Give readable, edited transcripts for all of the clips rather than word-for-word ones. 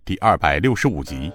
第265集。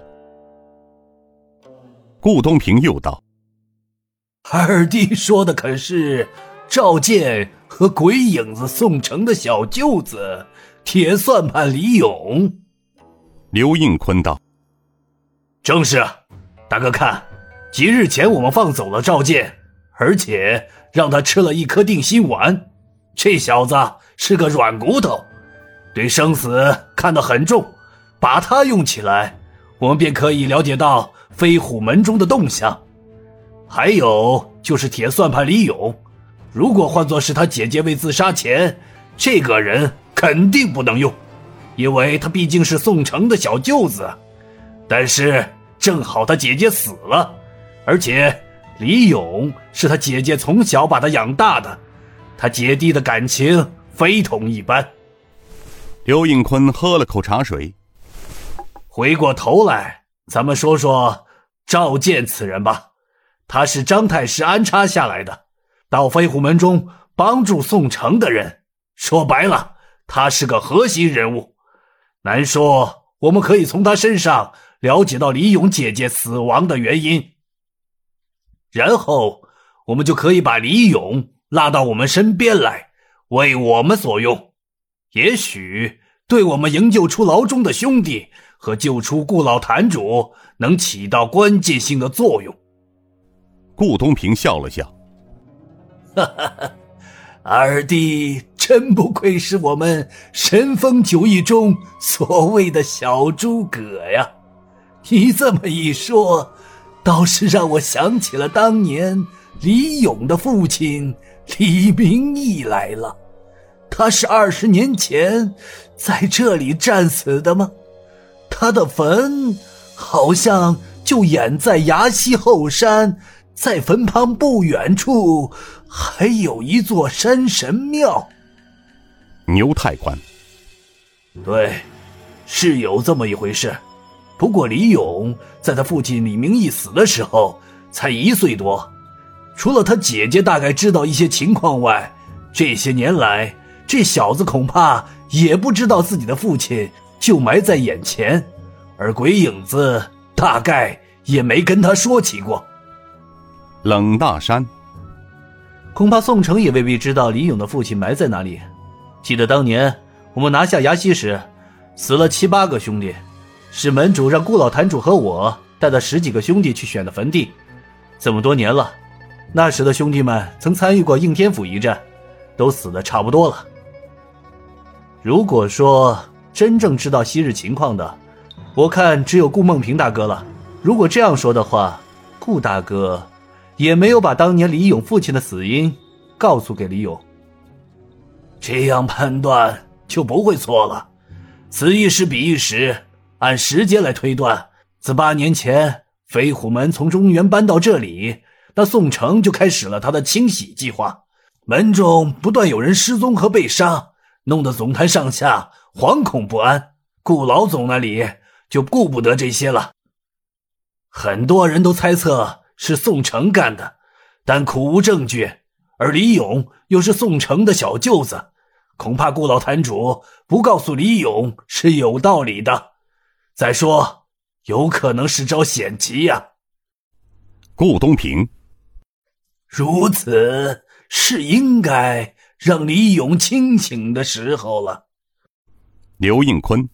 顾东平又道： 二弟说的可是赵健和鬼影子宋城的小舅子铁算盘李勇？ 刘应坤道： 正是。大哥看，几日前我们放走了赵健，而且让他吃了一颗定心丸。这小子是个软骨头，对生死看得很重，把他用起来，我们便可以了解到飞虎门中的动向。还有就是铁算盘李勇，如果换作是他姐姐为自杀前，这个人肯定不能用，因为他毕竟是宋城的小舅子。但是正好他姐姐死了，而且李勇是他姐姐从小把他养大的，他姐弟的感情非同一般。 刘应坤喝了口茶水。 回过头来，咱们说说赵健此人吧。他是张太师安插下来的，到飞虎门中帮助宋城的人，说白了，他是个核心人物。难说我们可以从他身上了解到李勇姐姐死亡的原因，然后我们就可以把李勇拉到我们身边来，为我们所用，也许对我们营救出牢中的兄弟和救出顾老坛主能起到关键性的作用。 顾东平笑了笑： 哈哈，二弟真不愧是我们神风九义中所谓的小诸葛呀。你这么一说，倒是让我想起了当年李勇的父亲李明义来了。他是20年前在这里战死的吗？他的坟好像就掩在崖西后山，在坟旁不远处还有一座山神庙。 牛太官： 对，是有这么一回事。不过李勇在他父亲李明义死的时候才1岁多，除了他姐姐大概知道一些情况外，这些年来这小子恐怕也不知道自己的父亲就埋在眼前，而鬼影子大概也没跟他说起过。 冷大山： 恐怕宋城也未必知道李勇的父亲埋在哪里。记得当年我们拿下崖西时，死了7、8个兄弟，是门主让顾老坛主和我带了10几个兄弟去选的坟地。这么多年了，那时的兄弟们曾参与过应天府一战，都死得差不多了。如果说真正知道昔日情况的，我看只有顾梦平大哥了。如果这样说的话，顾大哥也没有把当年李勇父亲的死因告诉给李勇。 这样判断就不会错了。此一时彼一时，按时间来推断，自8年前飞虎门从中原搬到这里，那宋城就开始了他的清洗计划。门中不断有人失踪和被杀，弄得总坛上下惶恐不安。顾老总那里就顾不得这些了。很多人都猜测是宋城干的，但苦无证据，而李勇又是宋城的小舅子，恐怕顾老坛主不告诉李勇是有道理的。再说有可能是招险棋呀。 顾东平： 如此是应该让李勇清醒的时候了。 刘应坤：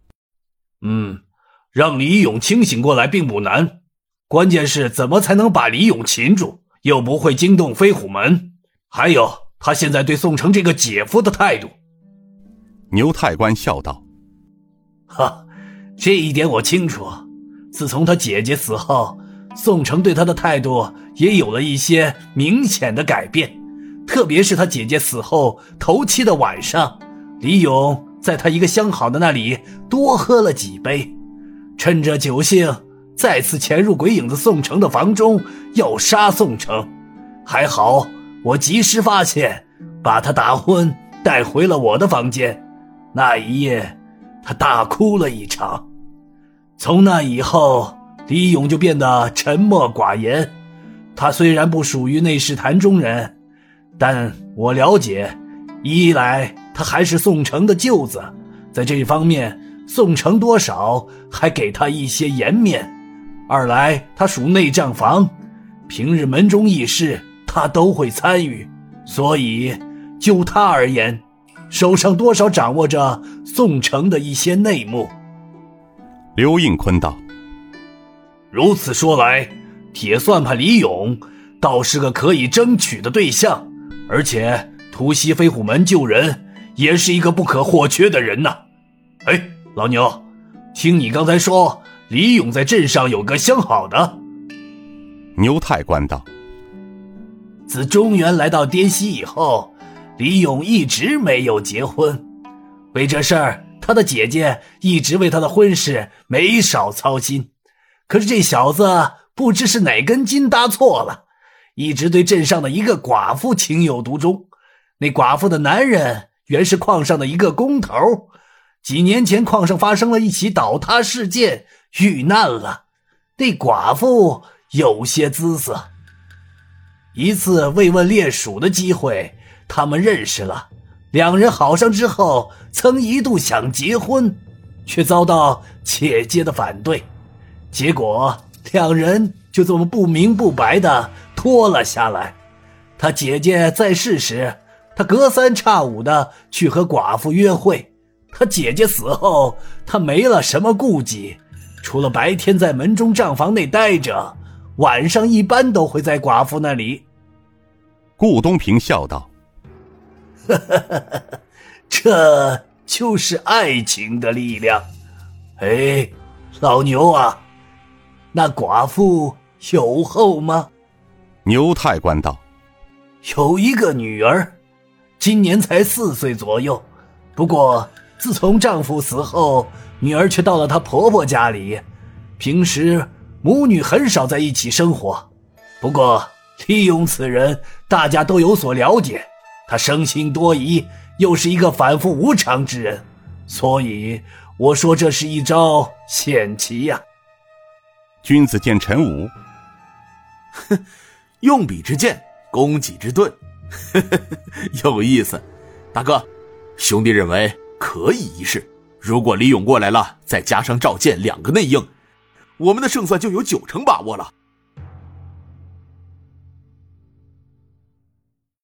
让李勇清醒过来并不难，关键是怎么才能把李勇擒住，又不会惊动飞虎门，还有他现在对宋城这个姐夫的态度。 牛太官笑道： 这一点我清楚。自从他姐姐死后，宋城对他的态度也有了一些明显的改变，特别是他姐姐死后头七的晚上，李勇在他一个相好的那里多喝了几杯，趁着酒兴再次潜入鬼影子宋城的房中，要杀宋城。还好我及时发现，把他打昏带回了我的房间。那一夜他大哭了一场。从那以后，李勇就变得沉默寡言。他虽然不属于内侍坛中人，但我了解，一来他还是宋城的舅子，在这方面宋城多少还给他一些颜面，二来他属内账房，平日门中议事他都会参与，所以就他而言，手上多少掌握着宋城的一些内幕。 刘应坤道： 如此说来，铁算盘李勇倒是个可以争取的对象，而且突袭飞虎门救人也是一个不可或缺的人呐。哎，老牛，听你刚才说李勇在镇上有个相好的。 牛太官道： 自中原来到滇西以后，李勇一直没有结婚，为这事儿他的姐姐一直为他的婚事没少操心。可是这小子不知是哪根筋搭错了，一直对镇上的一个寡妇情有独钟。那寡妇的男人原是矿上的一个工头，几年前矿上发生了一起倒塌事件，遇难了。那寡妇有些姿色，一次慰问猎属的机会，他们认识了，两人好上之后，曾一度想结婚，却遭到姐姐的反对，结果两人就这么不明不白地拖了下来。他姐姐在世时，他隔三差五地去和寡妇约会，他姐姐死后，他没了什么顾忌，除了白天在门中账房内待着，晚上一般都会在寡妇那里。 顾东平笑道： 这就是爱情的力量。哎，老牛啊，那寡妇有后吗？ 牛太官道： 有一个女儿，今年才4岁左右，不过自从丈夫死后，女儿却到了她婆婆家里，平时母女很少在一起生活。不过李勇此人大家都有所了解，他生性多疑，又是一个反复无常之人，所以我说这是一招险棋呀。 君子见陈武： 用笔之剑，攻己之盾，有意思。大哥，兄弟认为可以一试，如果李勇过来了，再加上赵健2个内应，我们的胜算就有90%把握了。